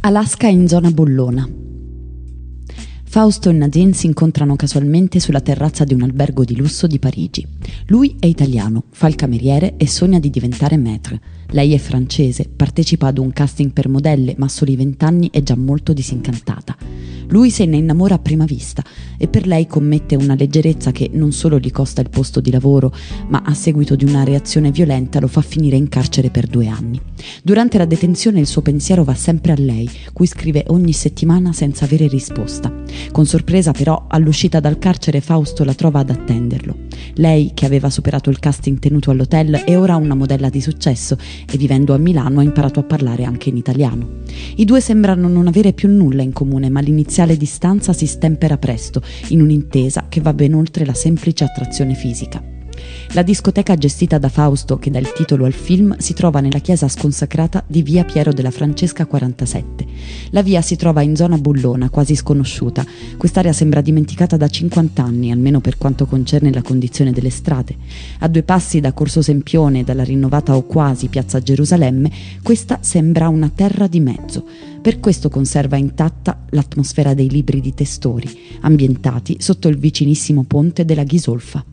Alaska in zona bollona. Fausto e Nadine si incontrano casualmente sulla terrazza di un albergo di lusso di Parigi. Lui è italiano, fa il cameriere e sogna di diventare maître. Lei è francese, partecipa ad un casting per modelle, ma a soli 20 anni è già molto disincantata. Lui se ne innamora a prima vista e per lei commette una leggerezza che non solo gli costa il posto di lavoro, ma a seguito di una reazione violenta lo fa finire in carcere per 2 anni. Durante la detenzione il suo pensiero va sempre a lei, cui scrive ogni settimana senza avere risposta. Con sorpresa però, all'uscita dal carcere Fausto la trova ad attenderlo. Lei, che aveva superato il casting tenuto all'hotel, è ora una modella di successo e vivendo a Milano ha imparato a parlare anche in italiano. I due sembrano non avere più nulla in comune, ma l'iniziale distanza si stempera presto in un'intesa che va ben oltre la semplice attrazione fisica. La discoteca gestita da Fausto, che dà il titolo al film, si trova nella chiesa sconsacrata di via Piero della Francesca 47. La via si trova in zona bollona, quasi sconosciuta. Quest'area sembra dimenticata da 50 anni, almeno per quanto concerne la condizione delle strade. A 2 passi da Corso Sempione e dalla rinnovata o quasi piazza Gerusalemme, questa sembra una terra di mezzo. Per questo conserva intatta l'atmosfera dei libri di Testori, ambientati sotto il vicinissimo ponte della Ghisolfa.